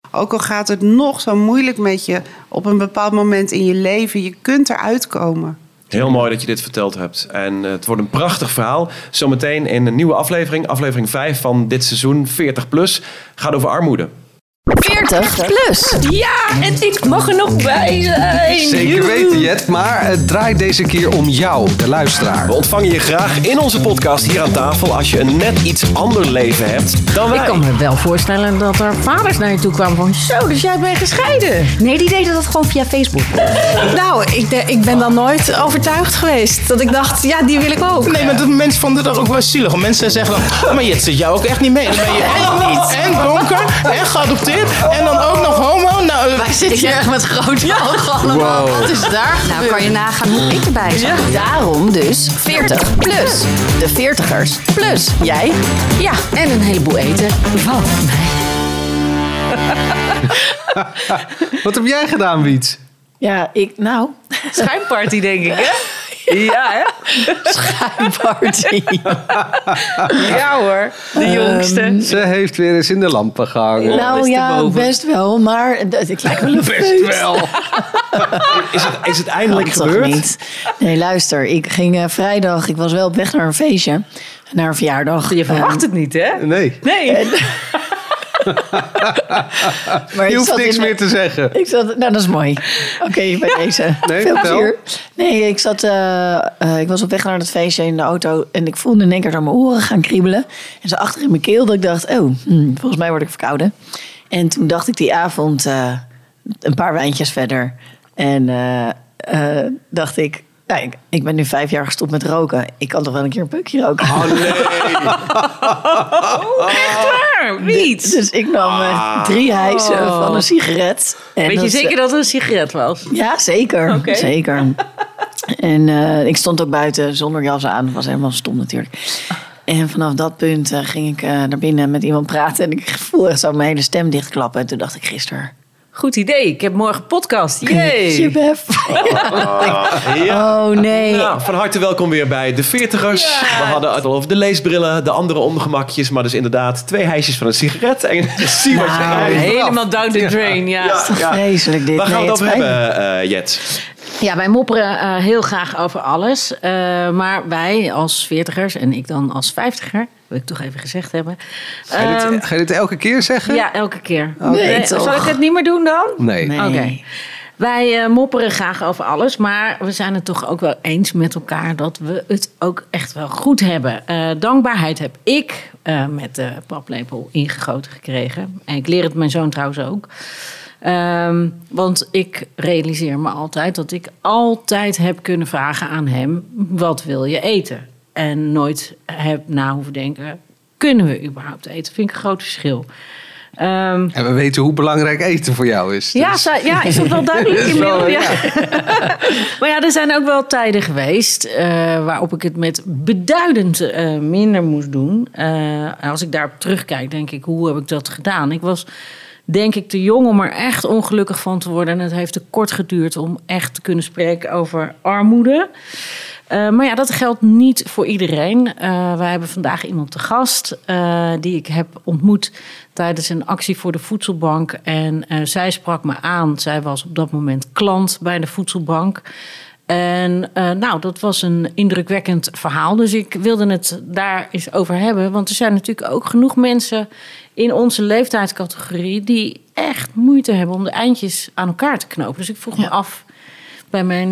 Ook al gaat het nog zo moeilijk met je op een bepaald moment in je leven, je kunt eruit komen. Heel mooi dat je dit verteld hebt. En het wordt een prachtig verhaal. Zometeen in een nieuwe aflevering, aflevering 5 van dit seizoen, 40+, gaat over armoede. 40+. Ja, en ik mag er nog bij zijn. Zeker weten, Jet. Maar het draait deze keer om jou, de luisteraar. We ontvangen je graag in onze podcast hier aan tafel als je een net iets ander leven hebt dan wij. Ik kan me wel voorstellen dat er vaders naar je toe kwamen van... Zo, dus jij bent gescheiden. Nee, die deden dat gewoon via Facebook. Nou, ik ben dan nooit overtuigd geweest. Dat ik dacht, ja, die wil ik ook. Nee, maar de mensen vonden dat ook wel zielig. Want mensen zeggen dan, maar Jet zit jou ook echt niet mee. Dan ben je en donker en geadopteerd en dan ook nog homo. Nou, Wij zitten hier echt met grote ogen allemaal. Wow. Wat is daar Nou, gebeurd? kan je nagaan hoe ik erbij zat. Daarom dus 40+. De 40ers plus jij. Ja, en een heleboel eten van mij. Wat heb jij gedaan, Wiets? Ja, Schijnparty, denk ik, hè? Ja, hè? Schijnparty. Ja hoor, de jongste. Ze heeft weer eens in de lampen gehangen. Nou ja, best wel. Maar ik lijk wel een Best wel. Is het eindelijk Toch gebeurd? niet. Nee, luister. Ik ging vrijdag... Ik was wel op weg naar een feestje. Naar een verjaardag. Je verwacht het niet, hè? Nee, Nee. Maar je ik hoeft zat niks in- meer te zeggen. Nou, dat is mooi. Oké, bij deze. Nee, Veel vertel. plezier. Nee, ik was op weg naar het feestje in de auto. En ik voelde in één keer dat mijn oren gaan kriebelen. En zo achter in mijn keel dat ik dacht... volgens mij word ik verkouden. En toen dacht ik die avond een paar wijntjes verder. En dacht ik... Nou, ik ben nu 5 jaar gestopt met roken. Ik kan toch wel een keer een peukje roken. Oh nee. Wiets. Dus ik nam 3 hijsen van een sigaret. En Weet je dat, zeker dat het een sigaret was? Ja, zeker. Oké. Zeker. En ik stond ook buiten zonder jas aan. Dat was helemaal stom natuurlijk. En vanaf dat punt ging ik naar binnen met iemand praten. En ik voelde echt zo mijn hele stem dichtklappen. En toen dacht ik gisteren... Goed idee. Ik heb morgen podcast. Yay. Je bef. Ja. Oh nee. Nou, van harte welkom weer bij de 40ers. We hadden het al over de leesbrillen, de andere ongemakjes. Maar dus inderdaad 2 hijsjes van een sigaret. En zie wat je Nou, Helemaal down the drain, ja. Vreselijk dit. Waar gaan we Nee, het over spijt me. hebben, Jet? Ja, wij mopperen heel graag over alles. Maar wij als 40ers en ik dan als 50er, wil ik toch even gezegd hebben. Ga je dit elke keer zeggen? Ja, elke keer. Nee, toch? Zal ik het niet meer doen dan? Nee. Nee. Oké. Wij mopperen graag over alles, maar we zijn het toch ook wel eens met elkaar dat we het ook echt wel goed hebben. Dankbaarheid heb ik met de paplepel ingegoten gekregen. En ik leer het mijn zoon trouwens ook. Want ik realiseer me altijd dat ik altijd heb kunnen vragen aan hem: wat wil je eten? En nooit heb na hoeven denken: kunnen we überhaupt eten? Vind ik een groot verschil. En we weten hoe belangrijk eten voor jou is. Ja, Dus- ja, is dat wel duidelijk Is wel, inmiddels? Ja. Maar ja, er zijn ook wel tijden geweest waarop ik het met beduidend minder moest doen. Als ik daarop terugkijk, denk ik, hoe heb ik dat gedaan? Ik was, denk ik, te jong om er echt ongelukkig van te worden. En het heeft te kort geduurd om echt te kunnen spreken over armoede. Maar ja, dat geldt niet voor iedereen. Wij hebben vandaag iemand te gast die ik heb ontmoet tijdens een actie voor de voedselbank. En zij sprak me aan. Zij was op dat moment klant bij de voedselbank. En nou, dat was een indrukwekkend verhaal. Dus ik wilde het daar eens over hebben. Want er zijn natuurlijk ook genoeg mensen in onze leeftijdscategorie die echt moeite hebben om de eindjes aan elkaar te knopen. Dus ik vroeg me af bij mijn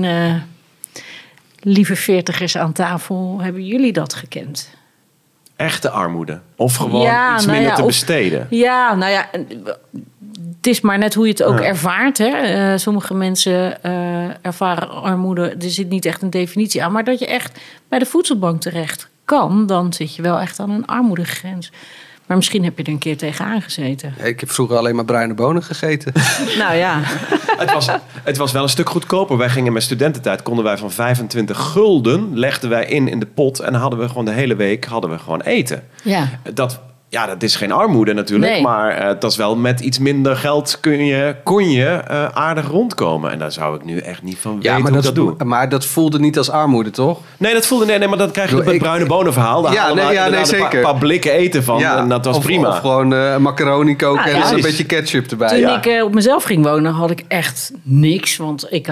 lieve 40ers aan tafel, hebben jullie dat gekend? Echte armoede? Of gewoon Ja, iets nou minder ja, te of- besteden? Ja, nou ja, het is maar net hoe je het ook ervaart. Hè? Sommige mensen ervaren armoede, er zit niet echt een definitie aan. Maar dat je echt bij de voedselbank terecht kan, dan zit je wel echt aan een armoedegrens. Maar misschien heb je er een keer tegenaan gezeten. Ik heb vroeger alleen maar bruine bonen gegeten. Nou ja. Het was wel een stuk goedkoper. Wij gingen met studententijd, konden wij van 25 gulden, legden wij in de pot. En dan hadden we gewoon de hele week gewoon eten. Ja. Dat Ja, dat is geen armoede natuurlijk. Nee. Maar dat is wel met iets minder geld kon je aardig rondkomen. En daar zou ik nu echt niet van weten hoe ik dat doe. Maar dat voelde niet als armoede, toch? Nee, dat voelde nee, maar dan krijg je het bruine bonen verhaal. Daar halen we zeker. een paar blikken eten van. Ja, en dat was prima. Of gewoon macaroni koken en precies. een beetje ketchup erbij. Toen ik op mezelf ging wonen, had ik echt niks. Want ik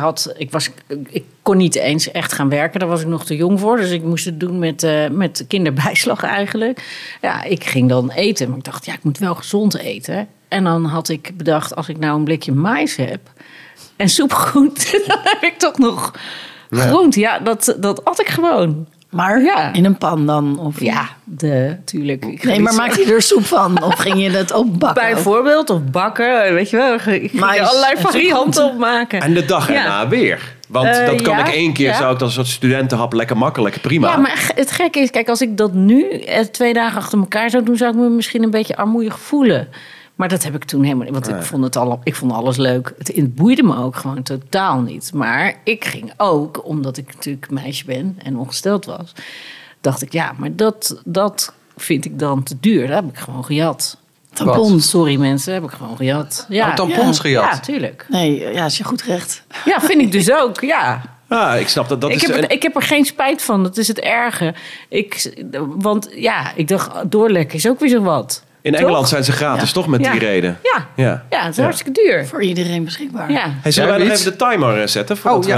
kon niet eens echt gaan werken. Daar was ik nog te jong voor. Dus ik moest het doen met kinderbijslag eigenlijk. Ja, ik ging dan eten. Maar ik dacht, ik moet wel gezond eten. En dan had ik bedacht, als ik nou een blikje mais heb en soepgroente, dan heb ik toch nog groente. Ja, dat at ik gewoon. Maar In een pan dan? Of... Ja, tuurlijk. Nee, maar maak je er soep van? Of ging je het opbakken? Bijvoorbeeld, of bakken, weet je wel. Ik ging er allerlei varianten op maken. En de dag erna weer. Want dat kan ik 1 keer, zou ik als een soort studentenhap lekker makkelijk, prima. Ja, maar het gekke is, kijk, als ik dat nu 2 dagen achter elkaar zou doen, zou ik me misschien een beetje armoedig voelen. Maar dat heb ik toen helemaal niet. Want ik vond alles leuk. Het boeide me ook gewoon totaal niet. Maar ik ging ook, omdat ik natuurlijk meisje ben en ongesteld was, dacht ik, maar dat vind ik dan te duur. Dat heb ik gewoon gejat. Tampons, sorry mensen, heb ik gewoon gejat. Ja, tampons gejat? Ja, tuurlijk. Nee, is je goed recht. Ja, vind ik dus ook, ja. Ja, ik snap dat. Ik heb er geen spijt van, dat is het erge. Want ik dacht, doorlekken is ook weer zo wat. In Engeland zijn ze gratis, toch, met die reden? Ja, het is hartstikke duur. Voor iedereen beschikbaar. Ja. Hey, zullen wij nog even de timer zetten? Dat is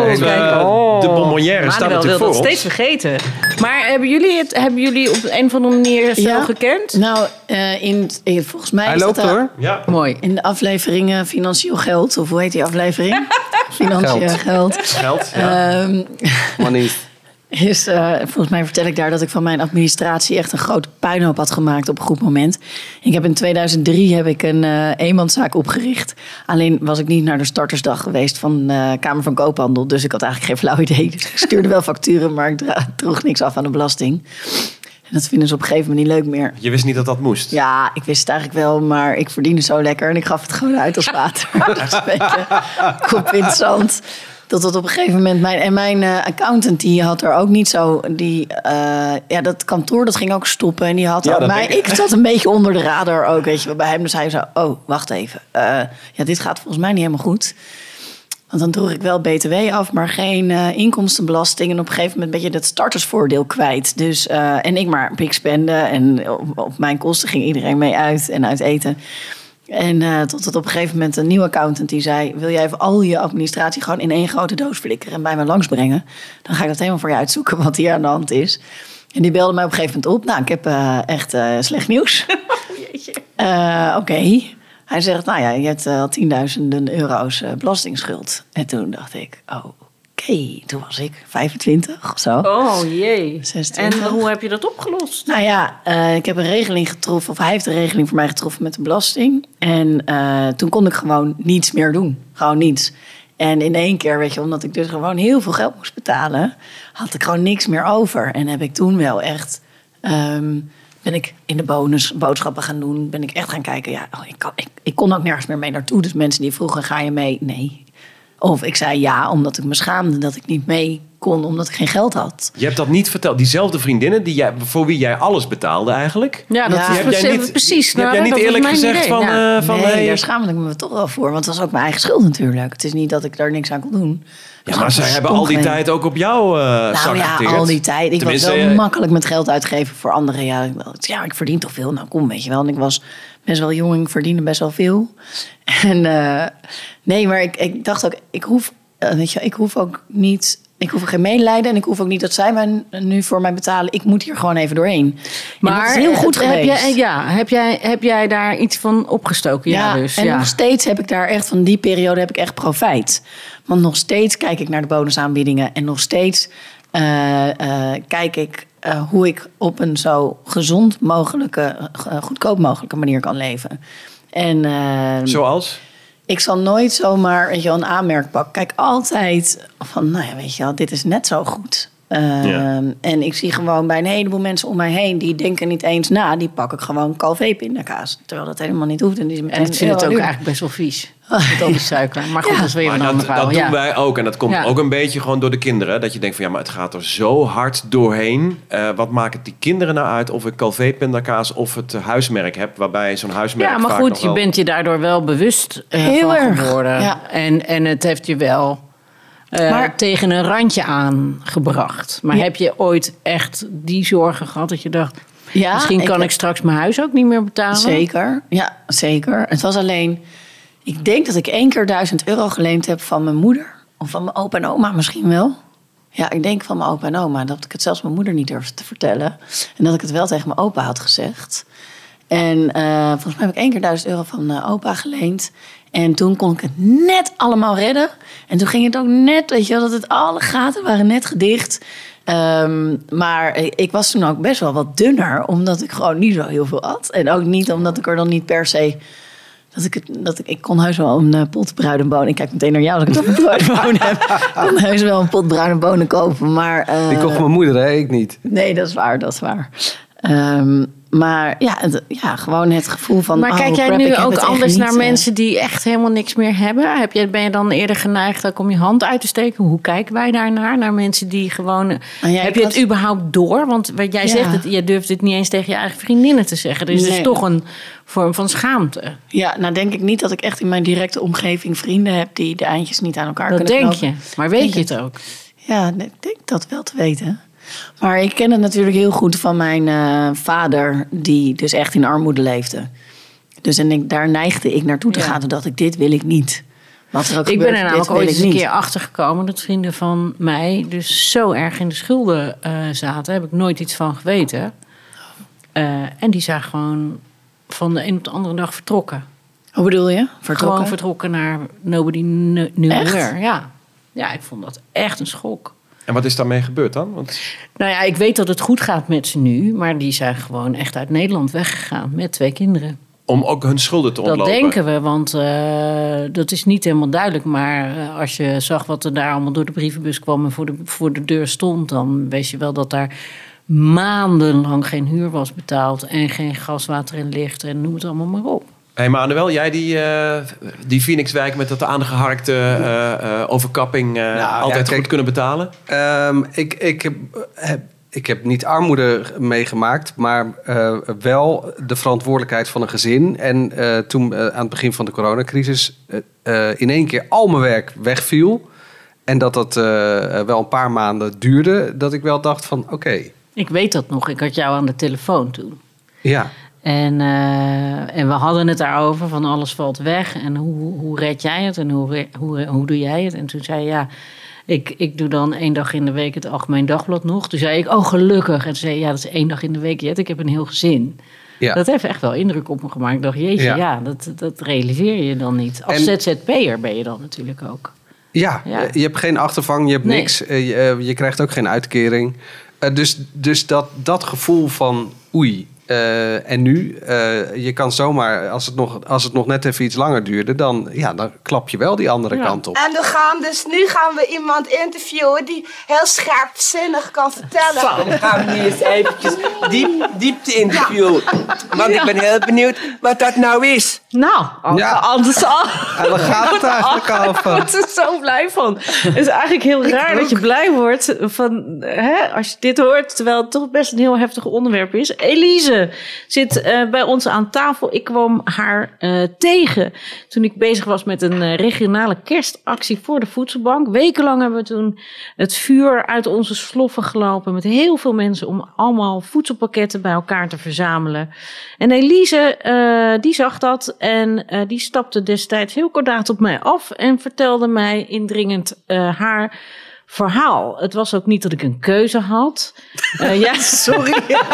de bonbonnière staat natuurlijk voor ons. Dat steeds vergeten. Maar hebben jullie op een of andere manier zo gekend? Nou, volgens mij Hij loopt hoor. Ja. Mooi. In de afleveringen Financieel Geld, of hoe heet die aflevering? Financieel Geld. Geld, Money. Volgens mij vertel ik daar dat ik van mijn administratie echt een grote puinhoop had gemaakt op een goed moment. Ik heb in 2003 een eenmanszaak opgericht. Alleen was ik niet naar de startersdag geweest van de Kamer van Koophandel. Dus ik had eigenlijk geen flauw idee. Dus ik stuurde wel facturen, maar ik droeg niks af aan de belasting. En dat vinden ze op een gegeven moment niet leuk meer. Je wist niet dat dat moest? Ja, ik wist het eigenlijk wel, maar ik verdiende zo lekker en ik gaf het gewoon uit als water. Dat is een beetje kop in het zand. Dat op een gegeven moment mijn accountant die had er ook niet zo. Dat kantoor dat ging ook stoppen en die had ik zat een beetje onder de radar ook, weet je, bij hem. Dus hij zei: "Oh, wacht even. Dit gaat volgens mij niet helemaal goed." Want dan droeg ik wel BTW af, maar geen inkomstenbelasting. En op een gegeven moment ben je dat startersvoordeel kwijt. Dus, en ik maar pik spenden. En op mijn kosten ging iedereen mee uit en uit eten. En tot op een gegeven moment een nieuwe accountant die zei: "Wil jij even al je administratie gewoon in 1 grote doos flikkeren en bij me langsbrengen? Dan ga ik dat helemaal voor je uitzoeken wat hier aan de hand is." En die belde mij op een gegeven moment op. Nou, ik heb echt slecht nieuws. Oké. Hij zegt, je hebt al 10.000 euro's belastingsschuld. En toen dacht ik, oké. Toen was ik 25 of zo. Oh jee. 26. En hoe heb je dat opgelost? Ik heb een regeling getroffen, of hij heeft een regeling voor mij getroffen met de belasting. En toen kon ik gewoon niets meer doen. Gewoon niets. En in 1 keer, weet je, omdat ik dus gewoon heel veel geld moest betalen, had ik gewoon niks meer over. En heb ik toen wel echt... ben ik in de bonus boodschappen gaan doen. Ben ik echt gaan kijken. Ik kon ook nergens meer mee naartoe. Dus mensen die vroegen, ga je mee? Nee. Of ik zei ja, omdat ik me schaamde dat ik niet mee kon, omdat ik geen geld had. Je hebt dat niet verteld. Diezelfde vriendinnen voor wie jij alles betaalde eigenlijk. Ja, dat is precies. Heb jij niet eerlijk gezegd van... Nee, daar schaamde ik me toch wel voor. Want het was ook mijn eigen schuld natuurlijk. Het is niet dat ik daar niks aan kon doen. Ja, maar zij hebben al die tijd ook op jou zak geteerd. Al die tijd. Ik was zo makkelijk met geld uitgeven voor anderen. Ja, ik verdien toch veel. Nou, kom, weet je wel. En ik was best wel jong en ik verdiende best wel veel. En nee, maar ik dacht ook, ik hoef ook niet... Ik hoef geen medelijden en ik hoef ook niet dat zij mij nu voor mij betalen. Ik moet hier gewoon even doorheen. Maar dat is heel goed geweest. Heb jij daar iets van opgestoken? Nog steeds heb ik daar echt van die periode heb ik echt profijt. Want nog steeds kijk ik naar de bonusaanbiedingen en nog steeds kijk ik hoe ik op een zo gezond mogelijke, goedkoop mogelijke manier kan leven. En zoals? Ik zal nooit zomaar een aanmerk pakken. Kijk altijd van, dit is net zo goed. En ik zie gewoon bij een heleboel mensen om mij heen... die denken niet eens na, die pak ik gewoon Calvé-pindakaas. Terwijl dat helemaal niet hoeft. En ik vind het ook eigenlijk best wel vies. Met al die suiker. Maar goed, dat is weer een ander verhaal. Dat doen wij ook. En dat komt ook een beetje gewoon door de kinderen. Dat je denkt van maar het gaat er zo hard doorheen. Wat maakt het die kinderen nou uit of ik Calvé-pindakaas of het huismerk heb? Waarbij zo'n huismerk Ja, maar vaak goed, je bent je daardoor wel bewust Heel van erg. geworden. Ja. En het heeft je wel tegen een randje aangebracht. Maar heb je ooit echt die zorgen gehad dat je dacht... Ja, misschien kan ik straks mijn huis ook niet meer betalen? Zeker, ja, zeker. Het was alleen... Ik denk dat ik 1 keer €1000 geleend heb van mijn moeder. Of van mijn opa en oma misschien wel. Ja, ik denk van mijn opa en oma. Dat ik het zelfs mijn moeder niet durfde te vertellen. En dat ik het wel tegen mijn opa had gezegd. En volgens mij heb ik 1 keer €1000 van opa geleend. En toen kon ik het net allemaal redden. En toen ging het ook net, weet je wel, dat het alle gaten waren net gedicht. Maar ik was toen ook best wel wat dunner. Omdat ik gewoon niet zo heel veel at. En ook niet omdat ik er dan niet per se... Ik kon heus wel een pot bruine bonen... Ik kijk meteen naar jou als ik het over bruine bonen heb. Ik kon heus wel een pot bruine bonen kopen, maar... Die kocht mijn moeder, hè? Ik niet. Nee, dat is waar. Maar gewoon het gevoel van... Maar kijk jij crap, nu ik heb ook het echt anders niet, naar mensen die echt helemaal niks meer hebben? Ben je dan eerder geneigd ook om je hand uit te steken? Hoe kijken wij daarnaar? Naar mensen die gewoon... heb je het überhaupt door? Want wat jij zegt, jij durft het niet eens tegen je eigen vriendinnen te zeggen. Dus het is toch een vorm van schaamte. Ja, nou denk ik niet dat ik echt in mijn directe omgeving vrienden heb... die de eindjes niet aan elkaar dat kunnen knopen. Dat denk je, maar weet je het ook? Ja, ik denk dat wel te weten. Maar ik ken het natuurlijk heel goed van mijn vader... die dus echt in armoede leefde. Dus daar neigde ik naartoe te gaan... toen dit wil ik niet. Wat er ook ik gebeurt, ben er namelijk ooit eens een keer achtergekomen... dat vrienden van mij dus zo erg in de schulden zaten. Daar heb ik nooit iets van geweten. En die zijn gewoon van de een op de andere dag vertrokken. Hoe bedoel je? Gewoon vertrokken naar Nobody Knew Where. Ja, ik vond dat echt een schok. En wat is daarmee gebeurd dan? Nou ja, ik weet dat het goed gaat met ze nu... maar die zijn gewoon echt uit Nederland weggegaan met 2 kinderen. Om ook hun schulden te ontlopen? Dat denken we, want dat is niet helemaal duidelijk. Maar als je zag wat er daar allemaal door de brievenbus kwam... en voor de deur stond... dan wist je wel dat daar maandenlang geen huur was betaald... en geen gas, water en licht en noem het allemaal maar op. Hey Manuel, jij die Phoenixwijk met dat aangeharkte overkapping altijd goed kunnen betalen? Ik heb niet armoede meegemaakt, maar wel de verantwoordelijkheid van een gezin. En toen aan het begin van de coronacrisis in één keer al mijn werk wegviel... en dat wel een paar maanden duurde, dat ik wel dacht van oké. Ik weet dat nog, ik had jou aan de telefoon toen. Ja. En we hadden het daarover, van alles valt weg. En hoe red jij het en hoe doe jij het? En toen zei je, ik doe dan 1 dag in de week het Algemeen Dagblad nog. Toen zei ik, gelukkig. En toen zei je, dat is 1 dag in de week. Jet, ik heb een heel gezin. Ja. Dat heeft echt wel indruk op me gemaakt. Ik dacht, jeetje, dat realiseer je dan niet. Als ZZP'er ben je dan natuurlijk ook. Ja, je hebt geen achtervang, je hebt niks. Je krijgt ook geen uitkering. Dus dat gevoel van oei... en nu, je kan zomaar, als het nog net even iets langer duurde... dan klap je wel die andere kant op. En nu gaan we iemand interviewen die heel scherpzinnig kan vertellen. Dan gaan we nu eens eventjes diepte interviewen. Want ik ben heel benieuwd wat dat nou is. Nou, anders al. En dan gaat het eigenlijk over. Ik word er zo blij van. Het is eigenlijk heel raar dat je blij wordt van, als je dit hoort... terwijl het toch best een heel heftig onderwerp is. Elise zit bij ons aan tafel. Ik kwam haar tegen toen ik bezig was met een regionale kerstactie voor de voedselbank. Wekenlang hebben we toen het vuur uit onze sloffen gelopen... met heel veel mensen om allemaal voedselpakketten bij elkaar te verzamelen. En Elise, die zag dat en die stapte destijds heel kordaat op mij af... en vertelde mij indringend haar verhaal. Het was ook niet dat ik een keuze had. Sorry.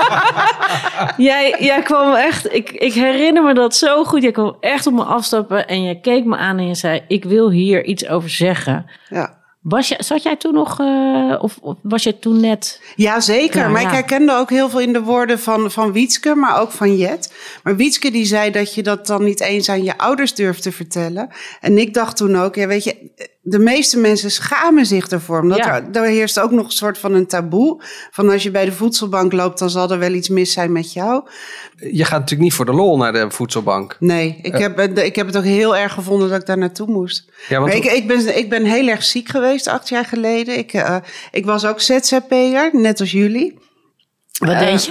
jij kwam echt... Ik herinner me dat zo goed. Jij kwam echt op me afstappen en je keek me aan en je zei... ik wil hier iets over zeggen. Ja. Zat jij toen nog, of was jij toen net... Ja, zeker. Maar ik herkende ook heel veel in de woorden van Wietske, maar ook van Jet. Maar Wietske die zei dat je dat dan niet eens aan je ouders durft te vertellen. En ik dacht toen ook, weet je... de meeste mensen schamen zich ervoor. Omdat er heerst ook nog een soort van een taboe. Van als je bij de voedselbank loopt, dan zal er wel iets mis zijn met jou. Je gaat natuurlijk niet voor de lol naar de voedselbank. Nee, ik heb het ook heel erg gevonden dat ik daar naartoe moest. Ja, want maar ik ben heel erg ziek geweest 8 jaar geleden. Ik was ook ZZP'er, net als jullie. Wat deed je?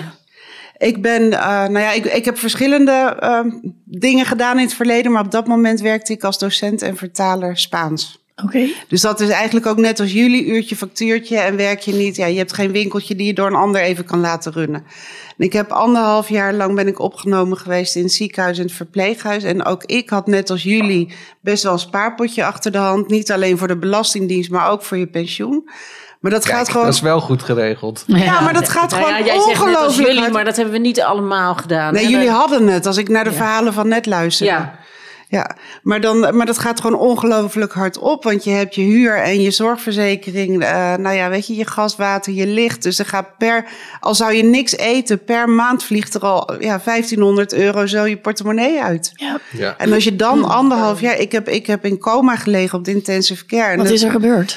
Ik heb verschillende dingen gedaan in het verleden. Maar op dat moment werkte ik als docent en vertaler Spaans. Oké. Dus dat is eigenlijk ook net als jullie, uurtje, factuurtje en werk je niet. Ja, je hebt geen winkeltje die je door een ander even kan laten runnen. En ik heb 1,5 jaar lang ben ik opgenomen geweest in het ziekenhuis en het verpleeghuis. En ook ik had net als jullie best wel een spaarpotje achter de hand. Niet alleen voor de Belastingdienst, maar ook voor je pensioen. Maar dat gaat gewoon. Dat is wel goed geregeld. Ja, maar dat gaat gewoon jij zegt net als ongelooflijk. jullie, maar dat hebben we niet allemaal gedaan. Nee, jullie hadden het. Als ik naar de verhalen van net luisterde. Ja, maar dat gaat gewoon ongelooflijk hard op. Want je hebt je huur en je zorgverzekering. Weet je, je gas, water, je licht. Dus er gaat al zou je niks eten, per maand vliegt er al €1.500 zo je portemonnee uit. Ja. En als je dan 1,5 jaar... Ik heb in coma gelegen op de intensive care. Wat is er gebeurd?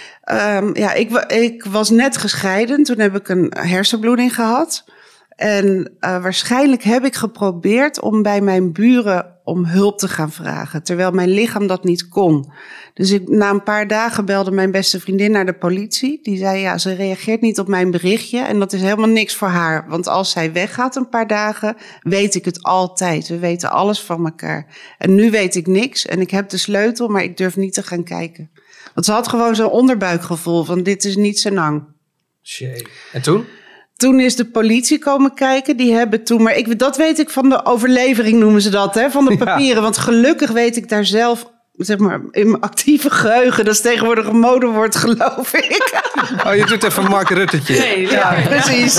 Ik was net gescheiden. Toen heb ik een hersenbloeding gehad. En waarschijnlijk heb ik geprobeerd om bij mijn buren om hulp te gaan vragen. Terwijl mijn lichaam dat niet kon. Dus na een paar dagen belde mijn beste vriendin naar de politie. Die zei, ze reageert niet op mijn berichtje. En dat is helemaal niks voor haar. Want als zij weggaat een paar dagen, weet ik het altijd. We weten alles van elkaar. En nu weet ik niks. En ik heb de sleutel, maar ik durf niet te gaan kijken. Want ze had gewoon zo'n onderbuikgevoel van dit is niet zijn hang. Shit. En toen? Toen is de politie komen kijken. Die hebben toen, maar dat weet ik van de overlevering noemen ze dat, hè, van de papieren. Ja. Want gelukkig weet ik daar zelf, zeg maar, in mijn actieve geheugen. Dat is tegenwoordig een modewoord, geloof ik. Oh, je doet even Mark Ruttetje. Nee, precies.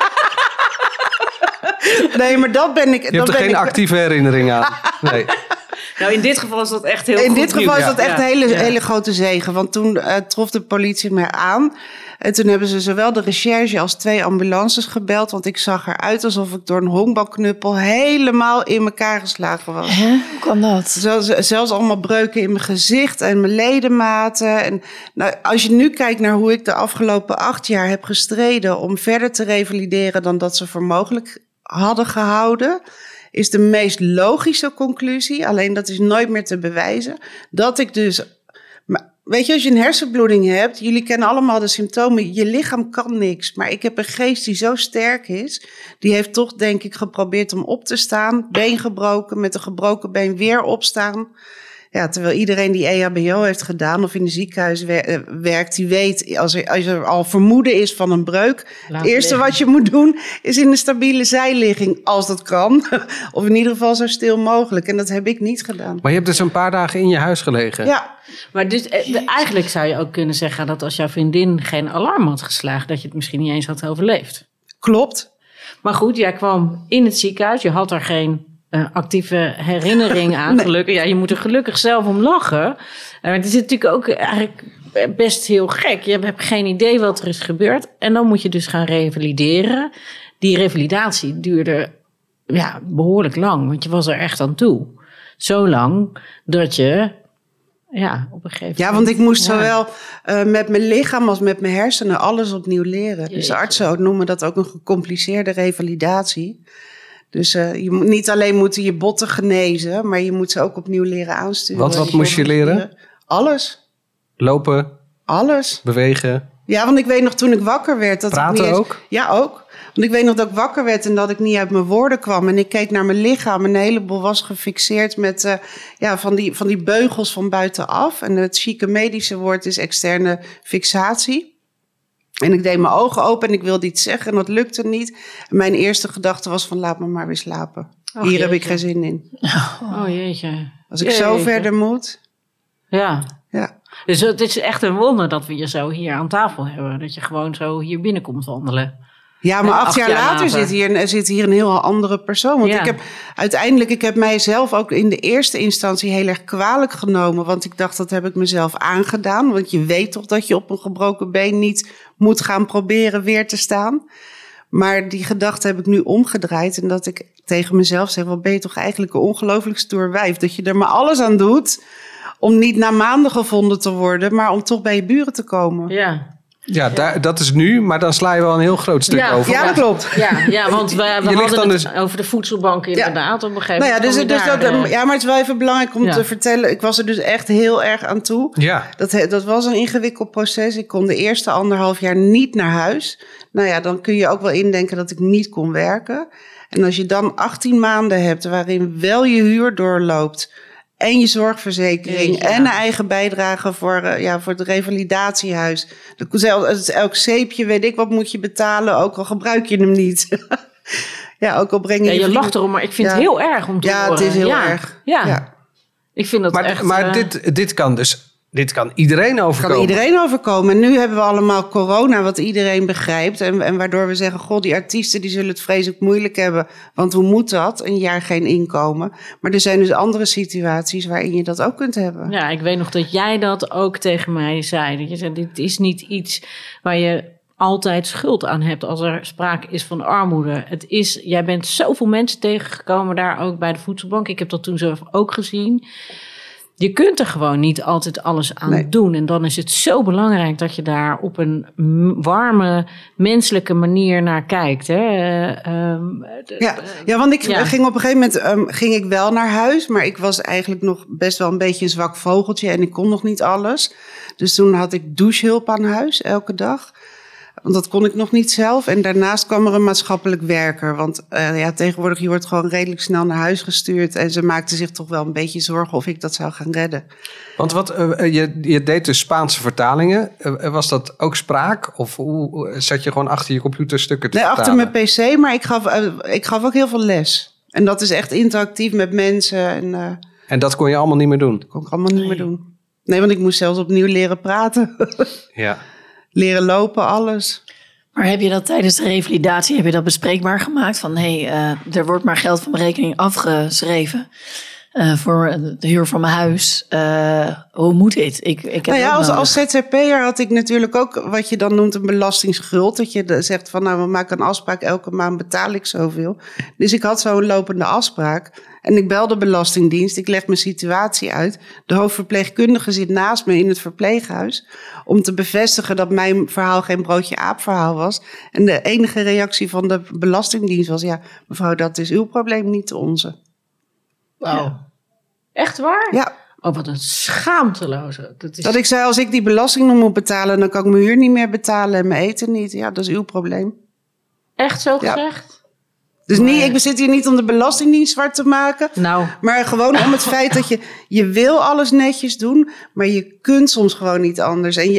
Nee, maar dat ben ik. Je hebt er geen actieve herinnering aan. Nee. Nou, in dit geval is dat echt heel goed. In dit geval is dat echt een hele grote zegen. Want toen trof de politie mij aan. En toen hebben ze zowel de recherche als 2 ambulances gebeld. Want ik zag eruit alsof ik door een honkbalknuppel helemaal in elkaar geslagen was. Hoe kan dat? Zelfs allemaal breuken in mijn gezicht en mijn ledematen. En, als je nu kijkt naar hoe ik de afgelopen 8 jaar heb gestreden om verder te revalideren dan dat ze voor mogelijk hadden gehouden, is de meest logische conclusie, alleen dat is nooit meer te bewijzen, dat ik dus... Weet je, als je een hersenbloeding hebt, jullie kennen allemaal de symptomen, je lichaam kan niks. Maar ik heb een geest die zo sterk is, die heeft toch denk ik geprobeerd om op te staan, been gebroken, met een gebroken been weer opstaan. Ja, terwijl iedereen die EHBO heeft gedaan of in de ziekenhuis werkt, die weet, als er al vermoeden is van een breuk, het eerste wat je moet doen is in een stabiele zijligging, als dat kan. Of in ieder geval zo stil mogelijk. En dat heb ik niet gedaan. Maar je hebt dus een paar dagen in je huis gelegen. Ja. Maar dus eigenlijk zou je ook kunnen zeggen dat als jouw vriendin geen alarm had geslagen, dat je het misschien niet eens had overleefd. Klopt. Maar goed, jij kwam in het ziekenhuis, je had er geen actieve herinnering aan. Nee. Gelukkig. Ja, je moet er gelukkig zelf om lachen. Het is natuurlijk ook eigenlijk best heel gek. Je hebt geen idee wat er is gebeurd. En dan moet je dus gaan revalideren. Die revalidatie duurde behoorlijk lang. Want je was er echt aan toe. Zo lang dat je op een gegeven moment... Ja, want ik moest zowel met mijn lichaam als met mijn hersenen alles opnieuw leren. Jeetje. Dus artsen noemen dat ook een gecompliceerde revalidatie. Dus niet alleen moeten je botten genezen, maar je moet ze ook opnieuw leren aansturen. Wat moest je leren? Alles. Lopen? Alles. Bewegen? Ja, want ik weet nog toen ik wakker werd... dat praten ik niet ook? Ja, ook. Want ik weet nog dat ik wakker werd en dat ik niet uit mijn woorden kwam. En ik keek naar mijn lichaam en een heleboel was gefixeerd met van die beugels van buitenaf. En het chique medische woord is externe fixatie. En ik deed mijn ogen open en ik wilde iets zeggen en dat lukte niet. En mijn eerste gedachte was van laat me maar weer slapen. Hier jeetje. Heb ik geen zin in. Oh jeetje. Als ik zo verder moet. Ja. Dus het is echt een wonder dat we je zo hier aan tafel hebben. Dat je gewoon zo hier binnenkomt wandelen. Ja, maar 8 jaar later zit hier een heel andere persoon. Want ik heb mijzelf ook in de eerste instantie heel erg kwalijk genomen. Want ik dacht, dat heb ik mezelf aangedaan. Want je weet toch dat je op een gebroken been niet moet gaan proberen weer te staan. Maar die gedachte heb ik nu omgedraaid. En dat ik tegen mezelf zeg, wat ben je toch eigenlijk een ongelooflijk stoer wijf. Dat je er maar alles aan doet om niet na maanden gevonden te worden, maar om toch bij je buren te komen. Ja, dat is nu, maar dan sla je wel een heel groot stuk over. Ja, dat klopt. Ja, want we hadden het over de voedselbank inderdaad op een gegeven moment. Maar het is wel even belangrijk om te vertellen. Ik was er dus echt heel erg aan toe. Ja. Dat was een ingewikkeld proces. Ik kon de eerste 1,5 jaar niet naar huis. Nou ja, dan kun je ook wel indenken dat ik niet kon werken. En als je dan 18 maanden hebt waarin wel je huur doorloopt en je zorgverzekering en een eigen bijdrage voor het revalidatiehuis. Elk zeepje, weet ik wat, moet je betalen, ook al gebruik je hem niet. Ook al breng je... je lacht erom, maar ik vind het heel erg om te horen. Ja, het is heel erg. Ja. Ik vind dat echt... Maar dit kan iedereen overkomen. Kan iedereen overkomen. En nu hebben we allemaal corona, wat iedereen begrijpt. En waardoor we zeggen, god, die artiesten die zullen het vreselijk moeilijk hebben. Want hoe moet dat? Een jaar geen inkomen. Maar er zijn dus andere situaties waarin je dat ook kunt hebben. Ja, ik weet nog dat jij dat ook tegen mij zei. Dat je zei, dit is niet iets waar je altijd schuld aan hebt als er sprake is van armoede. Jij bent zoveel mensen tegengekomen daar ook bij de voedselbank. Ik heb dat toen zelf ook gezien. Je kunt er gewoon niet altijd alles aan doen. En dan is het zo belangrijk dat je daar op een warme, menselijke manier naar kijkt. Hè? Want ik ging op een gegeven moment ging ik wel naar huis. Maar ik was eigenlijk nog best wel een beetje een zwak vogeltje. En ik kon nog niet alles. Dus toen had ik douchehulp aan huis elke dag. Want dat kon ik nog niet zelf. En daarnaast kwam er een maatschappelijk werker. Want tegenwoordig, je wordt gewoon redelijk snel naar huis gestuurd. En ze maakte zich toch wel een beetje zorgen of ik dat zou gaan redden. Want je deed dus Spaanse vertalingen. Was dat ook spraak? Of hoe zat je gewoon achter je computer stukken te vertalen? Achter mijn pc, maar ik gaf ook heel veel les. En dat is echt interactief met mensen. En dat kon je allemaal niet meer doen? Dat kon ik allemaal niet meer doen. Nee, want ik moest zelfs opnieuw leren praten. Ja. Leren lopen, alles. Maar heb je dat tijdens de revalidatie bespreekbaar gemaakt? Van er wordt maar geld van mijn rekening afgeschreven voor de huur van mijn huis. Hoe moet dit? Ik heb als ZZP'er had ik natuurlijk ook wat je dan noemt een belastingsschuld. Dat je zegt van we maken een afspraak, elke maand betaal ik zoveel. Dus ik had zo'n lopende afspraak. En ik bel de Belastingdienst, ik leg mijn situatie uit. De hoofdverpleegkundige zit naast me in het verpleeghuis om te bevestigen dat mijn verhaal geen broodje aap verhaal was. En de enige reactie van de Belastingdienst was, mevrouw, dat is uw probleem, niet de onze. Wauw. Ja. Echt waar? Ja. Oh, wat een schaamteloze. Dat ik zei, als ik die belasting nog moet betalen, dan kan ik mijn huur niet meer betalen en mijn eten niet. Ja, dat is uw probleem. Echt zo gezegd? Dus ik zit hier niet om de Belastingdienst zwart te maken. Maar gewoon om het feit dat je wil alles netjes doen, maar je kunt soms gewoon niet anders. En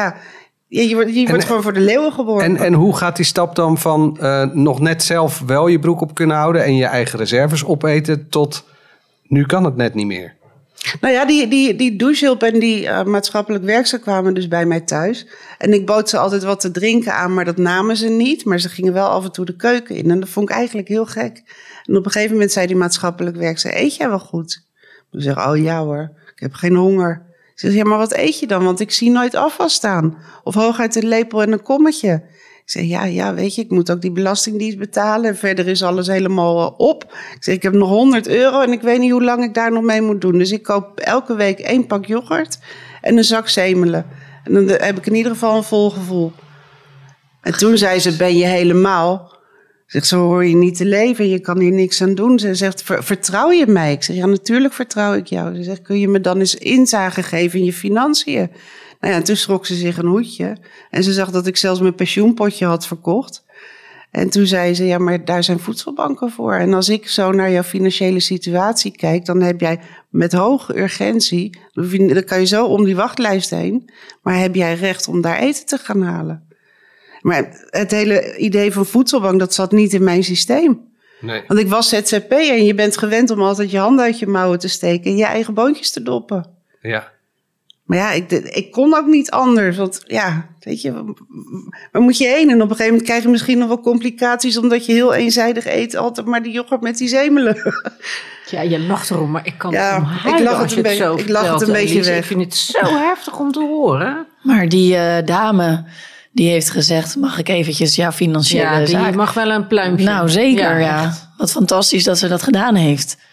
je wordt gewoon voor de leeuwen geworpen. En hoe gaat die stap dan van nog net zelf wel je broek op kunnen houden en je eigen reserves opeten tot nu kan het net niet meer? Nou ja, die douchehulp en die maatschappelijk werkster kwamen dus bij mij thuis. En ik bood ze altijd wat te drinken aan, maar dat namen ze niet. Maar ze gingen wel af en toe de keuken in. En dat vond ik eigenlijk heel gek. En op een gegeven moment zei die maatschappelijk werkster, eet jij wel goed? Ik zeg, oh ja hoor, ik heb geen honger. Ik zeg, ja, maar wat eet je dan? Want ik zie nooit afwas staan. Of hooguit een lepel en een kommetje. Ik zeg, ja, weet je, ik moet ook die belastingdienst betalen. En verder is alles helemaal op. Ik zeg, ik heb nog €100 en ik weet niet hoe lang ik daar nog mee moet doen. Dus ik koop elke week 1 pak yoghurt en een zak semelen. En dan heb ik in ieder geval een vol gevoel. En toen zei ze, ben je helemaal? Ik zeg, zo hoor je niet te leven. Je kan hier niks aan doen. Ze zegt, vertrouw je mij? Ik zeg, ja, natuurlijk vertrouw ik jou. Ze zegt, kun je me dan eens inzage geven in je financiën? Nou ja, en toen schrok ze zich een hoedje. En ze zag dat ik zelfs mijn pensioenpotje had verkocht. En toen zei ze, ja, maar daar zijn voedselbanken voor. En als ik zo naar jouw financiële situatie kijk, dan heb jij met hoge urgentie, dan kan je zo om die wachtlijst heen, maar heb jij recht om daar eten te gaan halen. Maar het hele idee van voedselbank, dat zat niet in mijn systeem. Nee. Want ik was ZZP'er en je bent gewend om altijd je handen uit je mouwen te steken en je eigen boontjes te doppen. Ja. Maar ja, ik kon ook niet anders. Want ja, weet je, waar moet je heen? En op een gegeven moment krijg je misschien nog wel complicaties, omdat je heel eenzijdig eet, altijd maar die yoghurt met die zemelen. Ja, je lacht erom, maar ik kan ja, het omhuilen ik lach het een beetje weg. Ik vind het zo heftig om te horen. Maar die dame, die heeft gezegd, mag ik eventjes jouw financiële zaak? Ja, die mag wel een pluimpje. Nou, zeker, ja. Wat fantastisch dat ze dat gedaan heeft.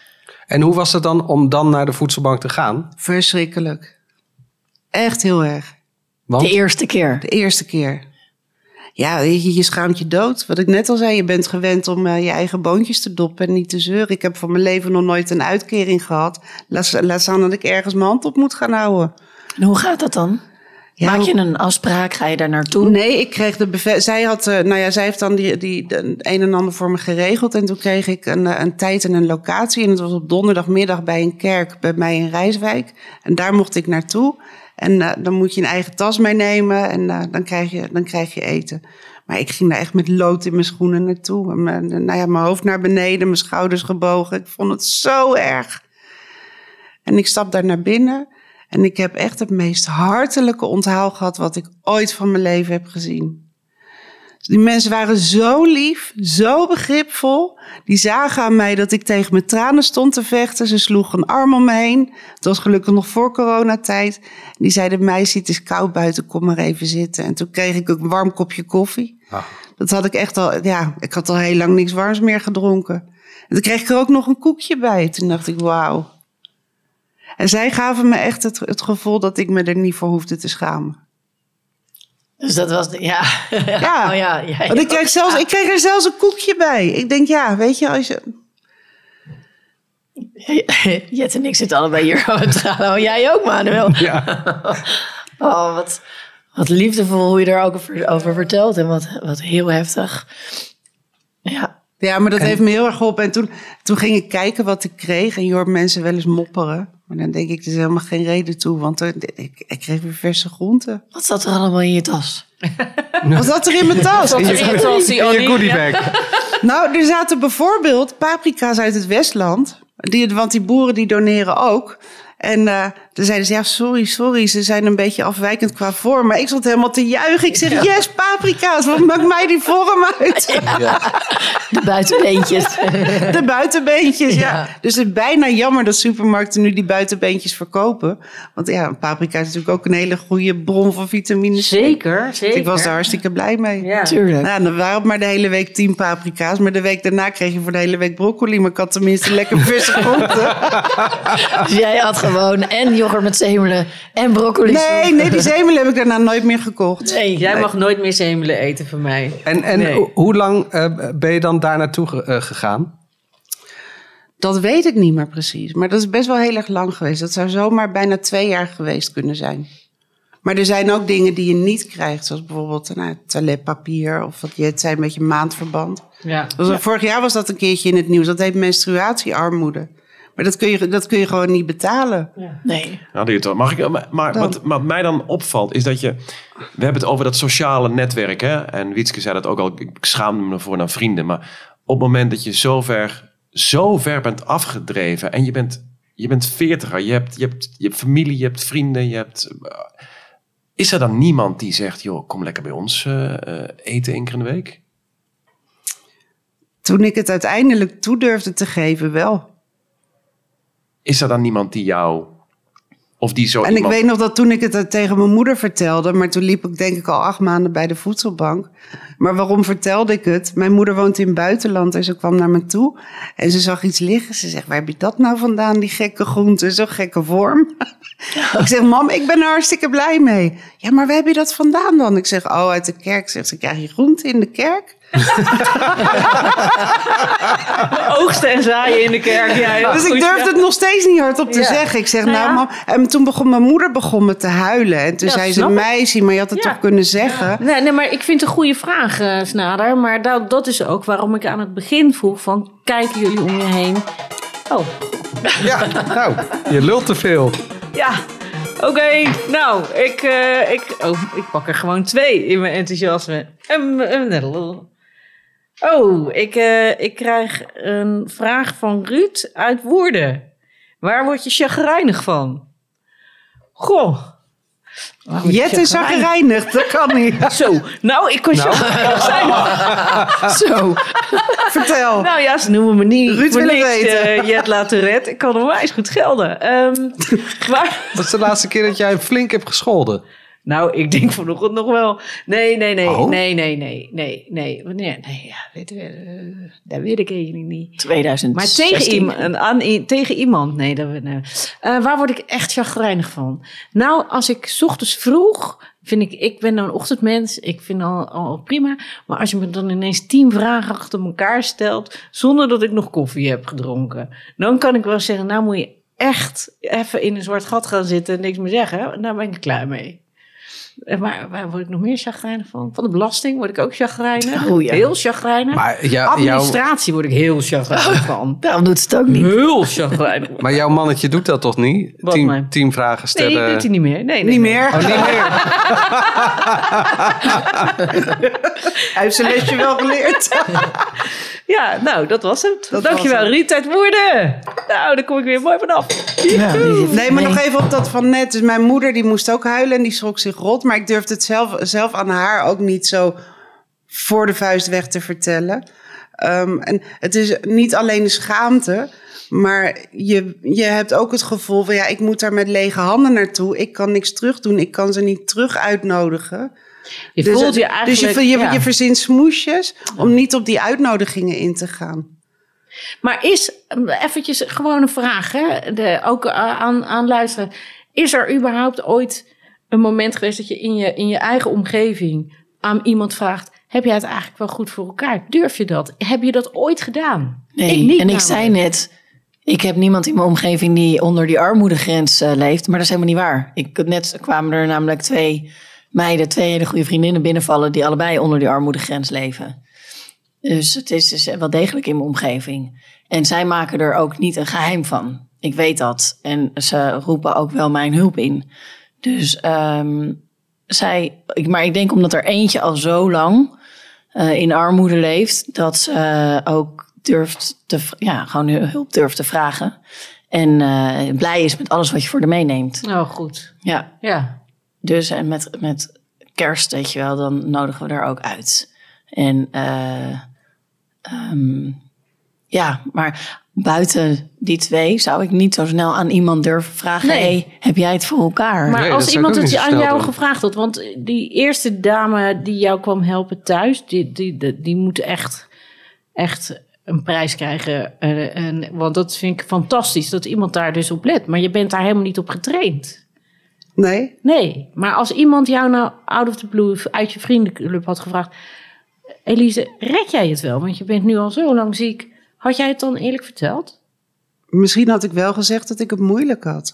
En hoe was het dan om dan naar de voedselbank te gaan? Verschrikkelijk. Echt heel erg. Want? De eerste keer. De eerste keer. Ja, je schaamt je dood. Wat ik net al zei, je bent gewend om je eigen boontjes te doppen en niet te zeuren. Ik heb van mijn leven nog nooit een uitkering gehad. Laat staan dat ik ergens mijn hand op moet gaan houden. En hoe gaat dat dan? Ja, Maak je een afspraak? Ga je daar naartoe? Nee, ik kreeg zij heeft dan die een en ander voor me geregeld. En toen kreeg ik een tijd en een locatie. En het was op donderdagmiddag bij een kerk bij mij in Rijswijk. En daar mocht ik naartoe. En dan moet je een eigen tas meenemen en dan krijg je eten. Maar ik ging daar echt met lood in mijn schoenen naartoe. En mijn hoofd naar beneden, mijn schouders gebogen. Ik vond het zo erg. En ik stap daar naar binnen. En ik heb echt het meest hartelijke onthaal gehad wat ik ooit van mijn leven heb gezien. Die mensen waren zo lief, zo begripvol. Die zagen aan mij dat ik tegen mijn tranen stond te vechten. Ze sloegen een arm om me heen. Het was gelukkig nog voor coronatijd. Die zeiden, meisje, het is koud buiten, kom maar even zitten. En toen kreeg ik ook een warm kopje koffie. Ah. Dat had ik echt al, ik had al heel lang niks warms meer gedronken. En toen kreeg ik er ook nog een koekje bij. Toen dacht ik, wauw. En zij gaven me echt het gevoel dat ik me er niet voor hoefde te schamen. Dus dat was... Ja. Ja. Oh, ja. Want ik kreeg er zelfs een koekje bij. Ik denk, weet je, als je... Jet en ik zitten allebei hier aan het gaan. Oh, jij ook, Manuel. Ja. Oh, wat liefdevol hoe je er ook over vertelt. En wat heel heftig. Ja. Ja, maar dat heeft me heel erg geholpen. En toen ging ik kijken wat ik kreeg. En je hoort mensen wel eens mopperen. Maar dan denk ik, er is helemaal geen reden toe. Want ik kreeg weer verse groenten. Wat zat er allemaal in je tas? Wat zat er in mijn tas? In je goodiebag. Nou, er zaten bijvoorbeeld paprika's uit het Westland. Want die boeren die doneren ook. En toen zeiden ze, sorry, ze zijn een beetje afwijkend qua vorm. Maar ik stond helemaal te juichen. Ik zeg, yes, paprika's, wat maakt mij die vorm uit? Ja. De buitenbeentjes. De buitenbeentjes, ja. Dus het is bijna jammer dat supermarkten nu die buitenbeentjes verkopen. Want een paprika is natuurlijk ook een hele goede bron van vitamine C. Zeker. Ik was daar hartstikke blij mee. Ja. Tuurlijk. Nou, dan waren het maar de hele week 10 paprika's. Maar de week daarna kreeg je voor de hele week broccoli. Maar ik had tenminste lekker verse groenten. Dus jij had gewoon en yoghurt met zemelen en broccoli. Nee, die zemelen heb ik daarna nooit meer gekocht. Nee, jij mag nooit meer zemelen eten van mij. En hoe lang ben je dan daar naartoe gegaan? Dat weet ik niet meer precies. Maar dat is best wel heel erg lang geweest. Dat zou zomaar bijna 2 jaar geweest kunnen zijn. Maar er zijn ook dingen die je niet krijgt. Zoals bijvoorbeeld toiletpapier. Of wat je zei, een beetje maandverband. Ja. Vorig jaar was dat een keertje in het nieuws. Dat heet menstruatiearmoede. Maar dat kun je gewoon niet betalen. Ja. Nee. Mag ik? Maar wat mij dan opvalt is dat we hebben het over dat sociale netwerk. Hè? En Wietske zei dat ook al. Ik schaamde me ervoor naar vrienden. Maar op het moment dat je zo ver bent afgedreven. En je bent 40er. Je hebt familie, je hebt vrienden. Is er dan niemand die zegt, joh, kom lekker bij ons eten 1 keer in de week? Toen ik het uiteindelijk toe durfde te geven, wel. Is er dan niemand die jou... Of die zo en ik weet nog dat toen ik het tegen mijn moeder vertelde... maar toen liep ik denk ik al 8 maanden bij de voedselbank. Maar waarom vertelde ik het? Mijn moeder woont in het buitenland en ze kwam naar me toe. En ze zag iets liggen. Ze zegt, waar heb je dat nou vandaan, die gekke groente? Zo'n gekke vorm. Ik zeg, mam, ik ben er hartstikke blij mee. Ja, maar waar heb je dat vandaan dan? Ik zeg, uit de kerk. Zegt ze, krijg je groente in de kerk? Oogsten en zaaien in de kerk. Ja, dus ik durfde het nog steeds niet hardop te zeggen. Ik zeg, mam... En toen begon mijn moeder me te huilen. En toen zei ze, meisje, maar je had het toch kunnen zeggen? Ja. Nee, maar ik vind het een goede vraag, Snader. Maar dat is ook waarom ik aan het begin vroeg van... kijken jullie om je heen? Oh. Ja, nou, je lult te veel. Ja, oké. Nou, ik pak er gewoon 2 in mijn enthousiasme. Ik krijg een vraag van Ruud uit Woerden. Waar word je chagrijnig van? Goh. Jet is chagrijnig, dat kan niet. Zo, nou, ik kon chagrijnig zijn. Zo, vertel. Nou ja, ze noemen me niet Ruud voor niks weten. Jet Latourette. Ik kan onwijs goed gelden. Maar... Dat is de laatste keer dat jij hem flink hebt gescholden. Nou, ik denk vanochtend nog wel. Nee. Dat weet ik eigenlijk niet. 2016. Maar tegen iemand. Nee, waar word ik echt chagrijnig van? Nou, als ik 's ochtends vroeg... Ik ben nou een ochtendmens. Ik vind al prima. Maar als je me dan ineens 10 vragen achter elkaar stelt... zonder dat ik nog koffie heb gedronken... dan kan ik wel zeggen... nou moet je echt even in een zwart gat gaan zitten... en niks meer zeggen. Daar ben ik klaar mee. Maar waar word ik nog meer chagrijnig van? Van de belasting word ik ook chagrijnig. Oh, ja. Heel chagrijnig. Maar administratie word ik heel chagrijnig van. Daarom doet het ook niet. Heel chagrijnig. Maar jouw mannetje doet dat toch niet? Wat, 10 vragen stellen. Nee, doet hij niet meer. Nee, Niet meer? Oh, niet meer. Hij heeft zijn lesje wel geleerd. Ja, nou, dat was het. Dankjewel, was het. Riet, uit woorden. Nou, daar kom ik weer mooi vanaf. Ja, Nee, maar nog even op dat van net. Dus mijn moeder die moest ook huilen en die schrok zich rot. Maar ik durfde het zelf aan haar ook niet zo voor de vuist weg te vertellen. En het is niet alleen de schaamte... maar je hebt ook het gevoel van... ik moet daar met lege handen naartoe. Ik kan niks terug doen. Ik kan ze niet terug uitnodigen. Je voelt je eigenlijk... Dus je verzint smoesjes om niet op die uitnodigingen in te gaan. Maar is, eventjes gewoon een vraag, hè? Ook aan luisteren. Is er überhaupt ooit een moment geweest dat je in je eigen omgeving aan iemand vraagt... heb jij het eigenlijk wel goed voor elkaar? Durf je dat? Heb je dat ooit gedaan? Nee, ik niet, en ik zei net... ik heb niemand in mijn omgeving die onder die armoedegrens leeft. Maar dat is helemaal niet waar. Net kwamen er namelijk 2 meiden, 2 hele goede vriendinnen binnenvallen... die allebei onder die armoedegrens leven. Dus het is dus wel degelijk in mijn omgeving. En zij maken er ook niet een geheim van. Ik weet dat. En ze roepen ook wel mijn hulp in. Dus maar ik denk omdat er eentje al zo lang in armoede leeft... dat ze ook gewoon hulp durft te vragen. En blij is met alles wat je voor haar meeneemt. Oh, goed. Ja. Dus en met kerst, weet je wel, dan nodigen we er ook uit. En maar buiten die 2 zou ik niet zo snel aan iemand durven vragen... Nee. Hey, heb jij het voor elkaar? Maar Nee, als dat zou iemand ik ook het niet zo aan snel jou doen. gevraagd had... want die eerste dame die jou kwam helpen thuis... die moet echt een prijs krijgen. Want dat vind ik fantastisch, dat iemand daar dus op let. Maar je bent daar helemaal niet op getraind. Nee? Nee, maar als iemand jou nou out of the blue... uit je vriendenclub had gevraagd... Elise, red jij het wel? Want je bent nu al zo lang ziek. Had jij het dan eerlijk verteld? Misschien had ik wel gezegd dat ik het moeilijk had.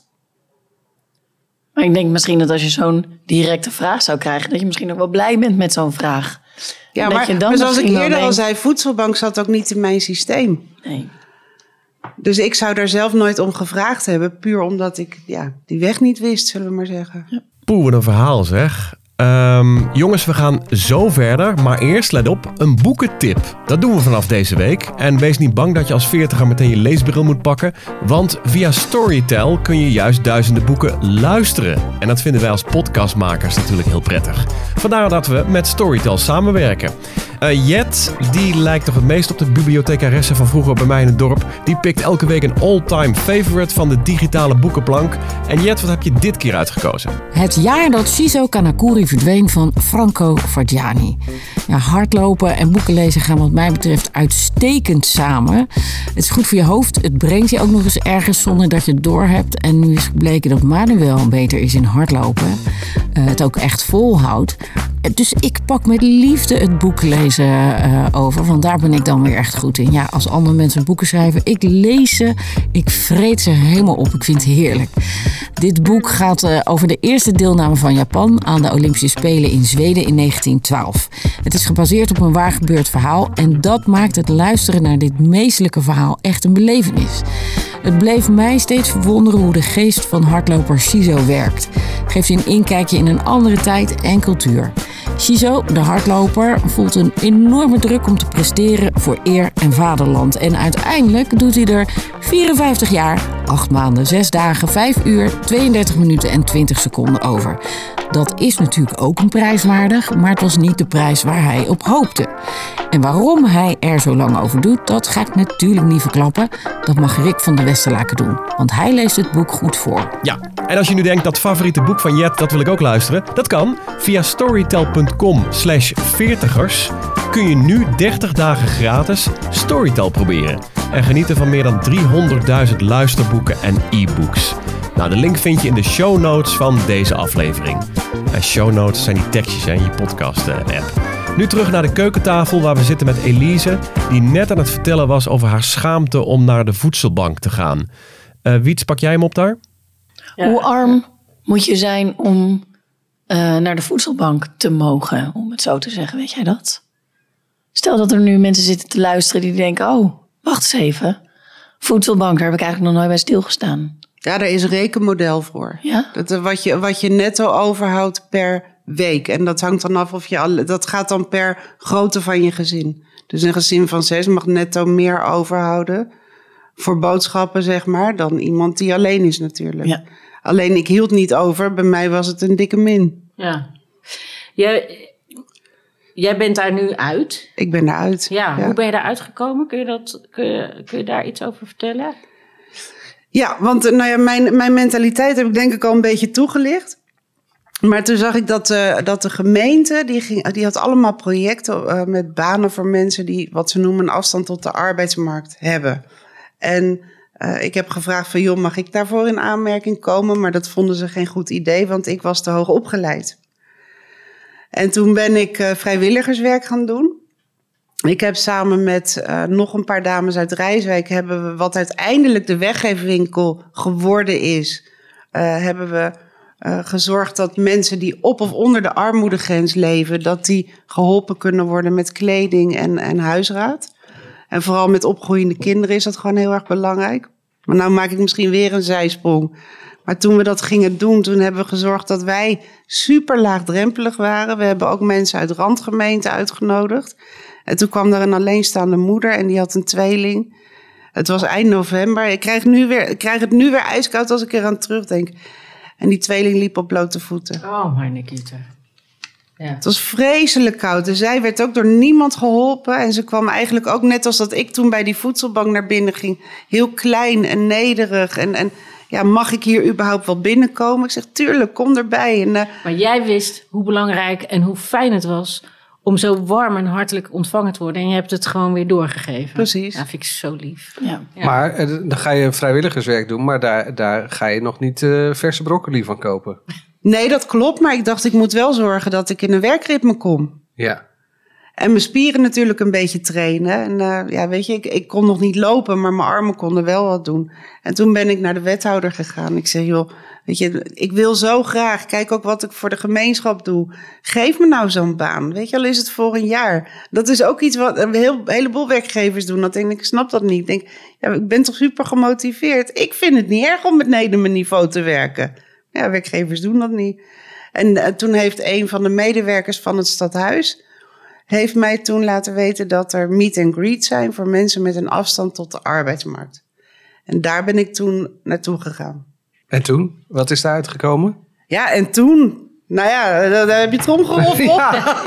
Maar ik denk misschien dat als je zo'n directe vraag zou krijgen... dat je misschien ook wel blij bent met zo'n vraag. Ja, Dat je maar dan zoals ik misschien wel eerder al denkt- zei... voedselbank zat ook niet in mijn systeem. Nee. Dus ik zou daar zelf nooit om gevraagd hebben. Puur omdat ik die weg niet wist, zullen we maar zeggen. Ja. Poeh, wat een verhaal zeg. Jongens, we gaan zo verder. Maar eerst, let op, een boekentip. Dat doen we vanaf deze week. En wees niet bang dat je als 40er meteen je leesbril moet pakken. Want via Storytel kun je juist duizenden boeken luisteren. En dat vinden wij als podcastmakers natuurlijk heel prettig. Vandaar dat we met Storytel samenwerken. Jet, die lijkt toch het meest op de bibliothecaresse van vroeger bij mij in het dorp. Die pikt elke week een all-time favorite van de digitale boekenplank. En Jet, wat heb je dit keer uitgekozen? Het jaar dat Shizo Kanakuri verdween van Franco Fargiani. Ja, hardlopen en boeken lezen gaan wat mij betreft uitstekend samen. Het is goed voor je hoofd. Het brengt je ook nog eens ergens zonder dat je het doorhebt. En nu is gebleken dat Manuel beter is in hardlopen. Het ook echt volhoudt. Dus ik pak met liefde het boek lezen over. Want daar ben ik dan weer echt goed in. Ja, als andere mensen boeken schrijven. Ik lees ze. Ik vreet ze helemaal op. Ik vind het heerlijk. Dit boek gaat over de eerste deelname van Japan aan de Olympische Spelen in Zweden in 1912. Het is gebaseerd op een waar gebeurd verhaal. En dat maakt het luisteren naar dit meestelijke verhaal echt een belevenis. Het bleef mij steeds verwonderen hoe de geest van hardloper Shizo werkt. Geeft je een inkijkje in een andere tijd en cultuur. Shizo, de hardloper, voelt een enorme druk om te presteren voor eer en vaderland. En uiteindelijk doet hij er 54 jaar, 8 maanden, 6 dagen, 5 uur, 32 minuten en 20 seconden over. Dat is natuurlijk ook een prijs waardig, maar het was niet de prijs waar hij op hoopte. En waarom hij er zo lang over doet, dat ga ik natuurlijk niet verklappen. Dat mag Rick van der Westerlaken doen, want hij leest het boek goed voor. Ja, en als je nu denkt dat favoriete boek van Jet, dat wil ik ook luisteren. Dat kan. Via storytel.com/veertigers kun je nu 30 dagen gratis Storytel proberen. En genieten van meer dan 300.000 luisterboeken en e-books. Nou, de link vind je in de show notes van deze aflevering. En show notes zijn die tekstjes in je podcast-app. Nu terug naar de keukentafel waar we zitten met Elise, die net aan het vertellen was over haar schaamte om naar de voedselbank te gaan. Wiets, pak jij hem op daar? Ja. Hoe arm moet je zijn om naar de voedselbank te mogen, om het zo te zeggen, weet jij dat? Stel dat er nu mensen zitten te luisteren die denken, oh, wacht eens even. Voedselbank, daar heb ik eigenlijk nog nooit bij stilgestaan. Ja, daar is een rekenmodel voor. Ja? Wat je netto overhoudt per week. En dat hangt dan af of dat gaat dan per grootte van je gezin. Dus een gezin van 6 mag netto meer overhouden voor boodschappen, zeg maar, dan iemand die alleen is natuurlijk. Ja. Alleen ik hield niet over. Bij mij was het een dikke min. Ja. Jij bent daar nu uit. Ik ben eruit. Ja, hoe ben je daar uitgekomen? Kun je daar iets over vertellen? Ja, want mijn mentaliteit heb ik denk ik al een beetje toegelicht. Maar toen zag ik dat de gemeente, die had allemaal projecten met banen voor mensen die wat ze noemen een afstand tot de arbeidsmarkt hebben. En ik heb gevraagd van, joh, mag ik daarvoor in aanmerking komen? Maar dat vonden ze geen goed idee, want ik was te hoog opgeleid. En toen ben ik vrijwilligerswerk gaan doen. Ik heb samen met nog een paar dames uit Rijswijk, hebben we wat uiteindelijk de weggeefwinkel geworden is, hebben we gezorgd dat mensen die op of onder de armoedegrens leven, dat die geholpen kunnen worden met kleding en huisraad. En vooral met opgroeiende kinderen is dat gewoon heel erg belangrijk. Maar nou maak ik misschien weer een zijsprong. Maar toen we dat gingen doen, toen hebben we gezorgd dat wij super laagdrempelig waren. We hebben ook mensen uit randgemeenten uitgenodigd. En toen kwam er een alleenstaande moeder en die had een tweeling. Het was eind november. Ik krijg het nu weer ijskoud als ik eraan terugdenk. En die tweeling liep op blote voeten. Oh, mijn Nikita. Ja. Het was vreselijk koud. En zij werd ook door niemand geholpen. En ze kwam eigenlijk ook net als dat ik toen bij die voedselbank naar binnen ging. Heel klein en nederig. En ja, mag ik hier überhaupt wel binnenkomen? Ik zeg, tuurlijk, kom erbij. En, maar jij wist hoe belangrijk en hoe fijn het was om zo warm en hartelijk ontvangen te worden. En je hebt het gewoon weer doorgegeven. Precies. Ja, vind ik zo lief. Ja. Ja. Maar dan ga je vrijwilligerswerk doen, maar daar ga je nog niet verse broccoli van kopen. Nee, dat klopt. Maar ik dacht, ik moet wel zorgen dat ik in een werkritme kom. Ja. En mijn spieren natuurlijk een beetje trainen. En ja, weet je, ik kon nog niet lopen, maar mijn armen konden wel wat doen. En toen ben ik naar de wethouder gegaan. Ik zeg, joh, weet je, ik wil zo graag. Kijk ook wat ik voor de gemeenschap doe. Geef me nou zo'n baan. Weet je, al is het voor een jaar. Dat is ook iets wat een heleboel werkgevers doen. Dat denk ik snap dat niet. Ik denk, ja, ik ben toch super gemotiveerd. Ik vind het niet erg om beneden mijn niveau te werken. Ja, werkgevers doen dat niet. En toen heeft een van de medewerkers van het stadhuis heeft mij toen laten weten dat er meet and greet zijn voor mensen met een afstand tot de arbeidsmarkt. En daar ben ik toen naartoe gegaan. En toen? Wat is daar uitgekomen? Ja, en toen, nou ja, daar heb je tromgeroffel. Ja.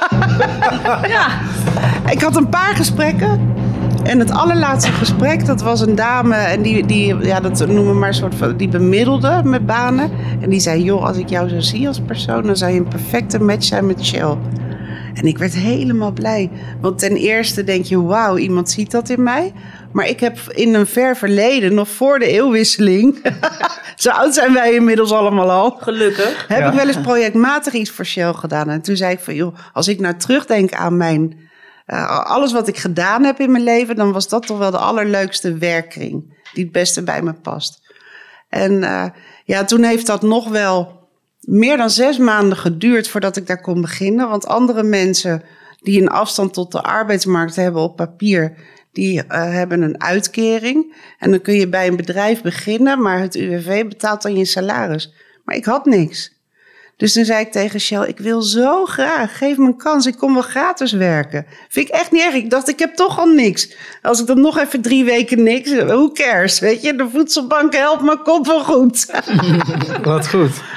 Ja. Ik had een paar gesprekken. En het allerlaatste gesprek, dat was een dame en die ja, dat noemen we maar een soort van, die bemiddelde met banen. En die zei, joh, als ik jou zo zie als persoon, dan zou je een perfecte match zijn met Shell. En ik werd helemaal blij. Want ten eerste denk je, wauw, iemand ziet dat in mij. Maar ik heb in een ver verleden, nog voor de eeuwwisseling, zo oud zijn wij inmiddels allemaal al. Gelukkig. Heb ik wel eens projectmatig iets voor Shell gedaan. En toen zei ik van, joh, als ik nou terugdenk aan mijn alles wat ik gedaan heb in mijn leven, dan was dat toch wel de allerleukste werkkring die het beste bij me past. En ja, toen heeft dat nog wel meer dan 6 maanden geduurd voordat ik daar kon beginnen. Want andere mensen die een afstand tot de arbeidsmarkt hebben op papier, die hebben een uitkering. En dan kun je bij een bedrijf beginnen, maar het UWV betaalt dan je salaris. Maar ik had niks. Dus toen zei ik tegen Shell, ik wil zo graag, geef me een kans, ik kom wel gratis werken. Vind ik echt niet erg. Ik dacht, ik heb toch al niks. Als ik dan nog even 3 weken niks, who cares, weet je? De voedselbank helpt me, komt wel goed. Wat goed.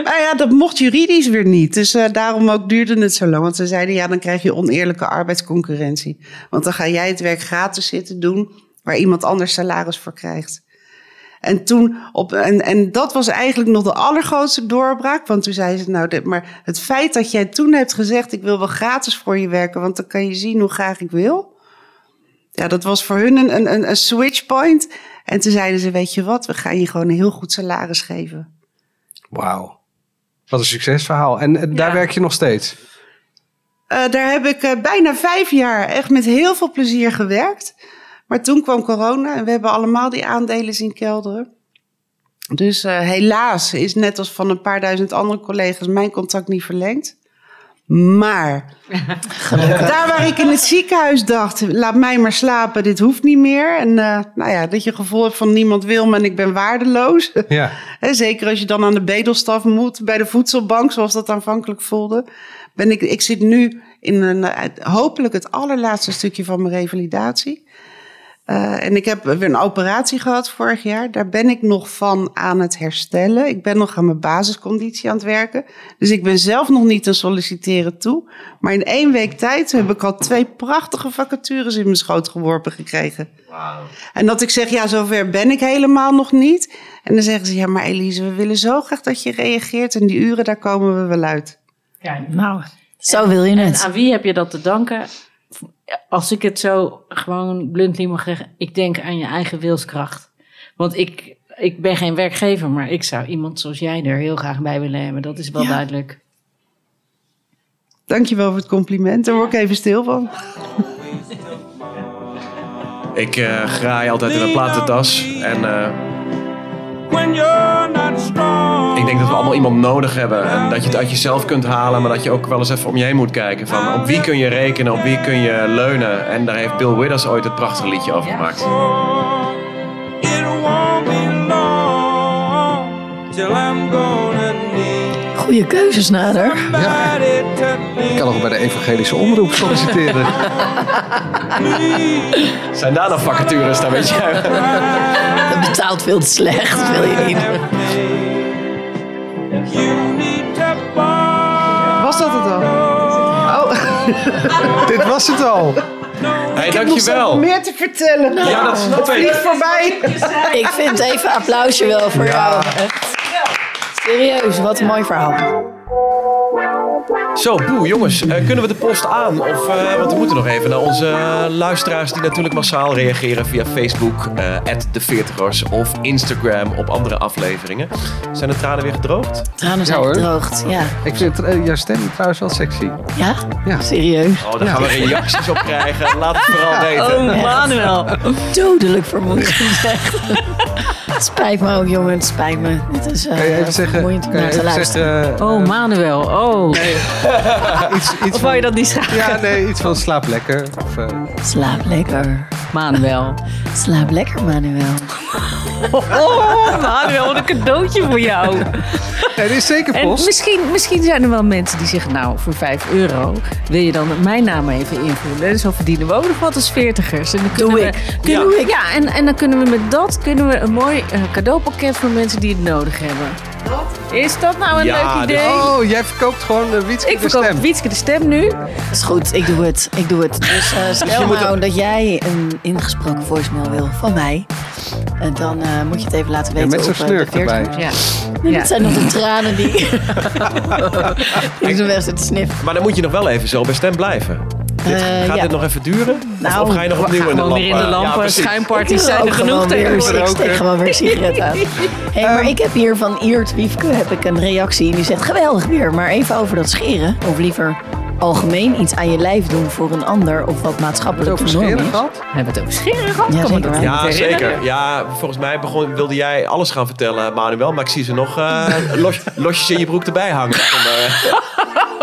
dat mocht juridisch weer niet. Dus daarom ook duurde het zo lang. Want ze zeiden, dan krijg je oneerlijke arbeidsconcurrentie. Want dan ga jij het werk gratis zitten doen waar iemand anders salaris voor krijgt. En toen en dat was eigenlijk nog de allergrootste doorbraak. Want toen zei ze, maar het feit dat jij toen hebt gezegd, ik wil wel gratis voor je werken, want dan kan je zien hoe graag ik wil. Ja, dat was voor hun een switchpoint. En toen zeiden ze, weet je wat, we gaan je gewoon een heel goed salaris geven. Wauw. Wat een succesverhaal. En daar werk je nog steeds? Daar heb ik bijna 5 jaar echt met heel veel plezier gewerkt. Maar toen kwam corona en we hebben allemaal die aandelen zien kelderen. Dus helaas is net als van een paar duizend andere collega's mijn contract niet verlengd. Maar daar waar ik in het ziekenhuis dacht, laat mij maar slapen, dit hoeft niet meer. En dat je gevoel hebt van niemand wil me en ik ben waardeloos. Ja. Zeker als je dan aan de bedelstaf moet bij de voedselbank, zoals dat aanvankelijk voelde. Ik zit nu in hopelijk het allerlaatste stukje van mijn revalidatie. En ik heb weer een operatie gehad vorig jaar. Daar ben ik nog van aan het herstellen. Ik ben nog aan mijn basisconditie aan het werken. Dus ik ben zelf nog niet aan solliciteren toe. Maar in 1 week tijd heb ik al 2 prachtige vacatures in mijn schoot geworpen gekregen. Wow. En dat ik zeg, zover ben ik helemaal nog niet. En dan zeggen ze, maar Elise, we willen zo graag dat je reageert. En die uren, daar komen we wel uit. Ja, nou, zo wil je het. En aan wie heb je dat te danken? Als ik het zo gewoon bluntly mag zeggen, ik denk aan je eigen wilskracht. Want ik ben geen werkgever, maar ik zou iemand zoals jij er heel graag bij willen hebben. Dat is wel duidelijk. Dankjewel voor het compliment. Daar word ik even stil van. Ik graai altijd in een platentas. En ik denk dat we allemaal iemand nodig hebben. En dat je het uit jezelf kunt halen. Maar dat je ook wel eens even om je heen moet kijken. Van op wie kun je rekenen, op wie kun je leunen. En daar heeft Bill Withers ooit het prachtige liedje over gemaakt. Goeie keuzes, Nader. Ja. Ik kan nog bij de evangelische omroep solliciteren. Zijn daar nog vacatures, dan weet je. Dat betaalt veel te slecht, dat wil je niet. Was dat het al? Oh. Dit was het al. Hey, ik heb nog zoveel meer te vertellen. Ja, dat snap ik. Niet voorbij. Ik vind even een applausje wel voor jou. Serieus, wat een mooi verhaal. Zo, jongens, kunnen we de post aan? Want we moeten nog even naar onze luisteraars die natuurlijk massaal reageren via Facebook, @de40ers of Instagram op andere afleveringen. Zijn de tranen weer gedroogd? Tranen zijn gedroogd, ja. Ik vind jouw stem trouwens wel sexy. Ja? Ja. Serieus? Oh, daar gaan we reacties op krijgen. Laat het vooral weten. Oh, Manuel. Dodelijk vermoeid. Het spijt me ook, jongen. Het spijt me. Het is vermoeiend om naar te luisteren. Oh, Manuel. Oh. Nee. Iets wou je dat niet schrijven? Ja, nee, iets van slaap lekker. Slaap lekker. Manuel. Slaap lekker, Manuel. Oh, Manuel, wat een cadeautje voor jou. Nee, dit is zeker post. En misschien zijn er wel mensen die zeggen, nou, voor €5 wil je dan mijn naam even invullen. En zo verdienen we ook nog wat als 40ers. En dan Doe ik. Ja, en dan kunnen we met dat een mooi cadeaupakket voor mensen die het nodig hebben. Is dat nou een leuk idee? Oh, jij verkoopt gewoon Wietske de Stem. Ik verkoop Wietske de Stem nu. Dat is goed, ik doe het. Dus stel nou dat jij een ingesproken voicemail wil van mij. En dan moet je het even laten weten. Met zo'n slurp erbij. Ja. Dat zijn nog de tranen die zo weg zitten sniffen. Maar dan moet je nog wel even zo bij Stem blijven. Gaat dit nog even duren? Nou, of ga je nog opnieuw in de lampen? Weer in de lampen. Schuimparties zijn er genoeg tegenwoordig. Ik steek gewoon weer sigaret aan. Maar ik heb hier van Eert Wiefke een reactie. Die zegt geweldig weer. Maar even over dat scheren. Of liever algemeen iets aan je lijf doen voor een ander. Of wat maatschappelijk over scheren gehad? We hebben het over scheren gehad. Ja, zeker. Ja, zeker. Ja, volgens mij wilde jij alles gaan vertellen, Manuel. Maar ik zie ze nog losjes in je broek erbij hangen.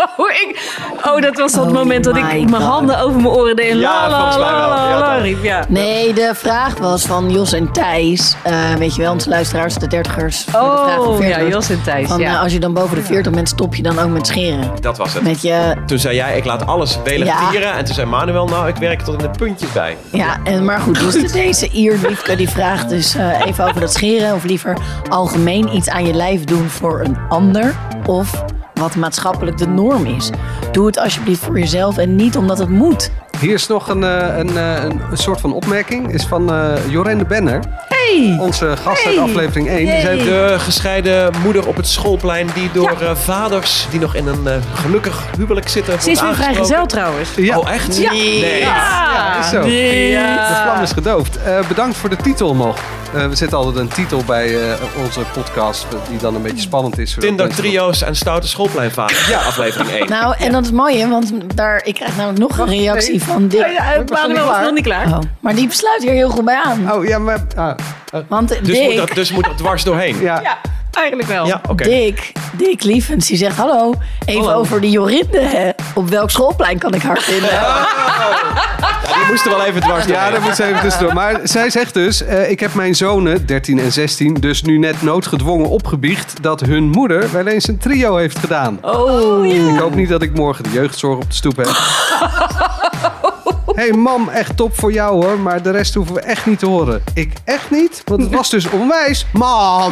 Dat was dat moment dat ik mijn handen over mijn oren deed. volgens mij wel. Riep, ja. Nee, de vraag was van Jos en Thijs. Weet je wel, onze luisteraars, de 30ers. De vraag van 40ers. Jos en Thijs. Van, als je dan boven de 40 bent, stop je dan ook met scheren? Dat was het. Met je... Toen zei jij, ik laat alles welig tieren. En toen zei Manuel, nou, ik werk tot in de puntjes bij. Ja, maar goed. Dus deze Liefke die vraagt dus even over dat scheren. Of liever algemeen iets aan je lijf doen voor een ander. Of wat maatschappelijk de norm is. Doe het alsjeblieft voor jezelf en niet omdat het moet. Hier is nog een soort van opmerking. Is van Jorijn de Benner. Hey! Onze gast uit aflevering 1. Die zei de gescheiden moeder op het schoolplein die door vaders die nog in een gelukkig huwelijk zitten. Ze is weer vrijgezel trouwens. Ja. Oh, echt? Ja. Nee. Ja, is zo. De vlam is gedoofd. Bedankt voor de titel nog. We zetten altijd een titel bij onze podcast die dan een beetje spannend is. Tinder, trio's en stoute schoolpleinvaders. Ja, aflevering 1. Nou, en dat is mooi, hè? Want ik krijg namelijk nog een reactie van Dick. Manuel was nog niet klaar. Oh, maar die besluit hier heel goed bij aan. Oh, ja, maar... Want Dick... Dus moet er dwars doorheen. Ja. Eigenlijk wel. Ja, okay. Dick Lievens, die zegt hallo. Even over die Jorinde, hè. Op welk schoolplein kan ik haar vinden? Die moesten wel even dwars doorheen. Ja, daar moet ze even tussendoor. Maar zij zegt dus, ik heb mijn zonen, 13 en 16, dus nu net noodgedwongen opgebiecht dat hun moeder wel eens een trio heeft gedaan. Oh. Ik hoop niet dat ik morgen de jeugdzorg op de stoep heb. Hey mam, echt top voor jou hoor, maar de rest hoeven we echt niet te horen. Ik echt niet? Want het was dus onwijs. Mam!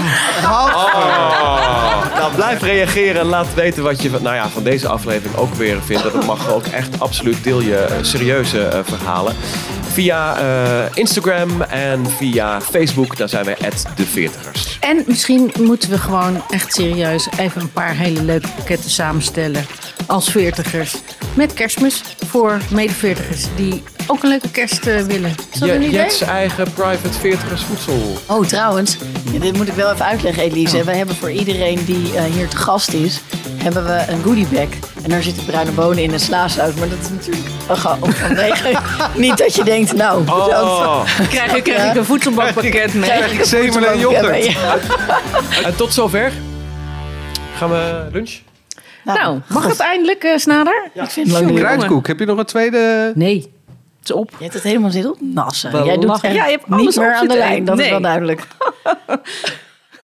Nou, blijf reageren. Laat weten wat je van deze aflevering ook weer vindt. Dat mag ook echt absoluut. Deel je serieuze verhalen. Via Instagram en via Facebook. Daar zijn wij @de40ers. En misschien moeten we gewoon echt serieus even een paar hele leuke pakketten samenstellen als 40ers. Met Kerstmis voor mede-40ers die ook een leuke kerst willen. Is dat een idee? Jets eigen private 40ers voedsel. Oh, trouwens, dit moet ik wel even uitleggen, Elise. Wij hebben voor iedereen die hier te gast is, hebben we een goodiebag. En daar zitten bruine bonen in en slaasaus. Maar dat is natuurlijk vanwege niet dat je denkt, nou... Krijg ik een voedselbankpakket mee. Krijg ik zeven en yoghurt. En tot zover. Gaan we lunch? Nou, mag het eindelijk, Snader? Ik vind het leuk. Kruidkoek, heb je nog een tweede? Nee, het is op. Je hebt het helemaal zitten op nassen. Jij doet je hebt niet meer aan de lijn, dat is wel duidelijk.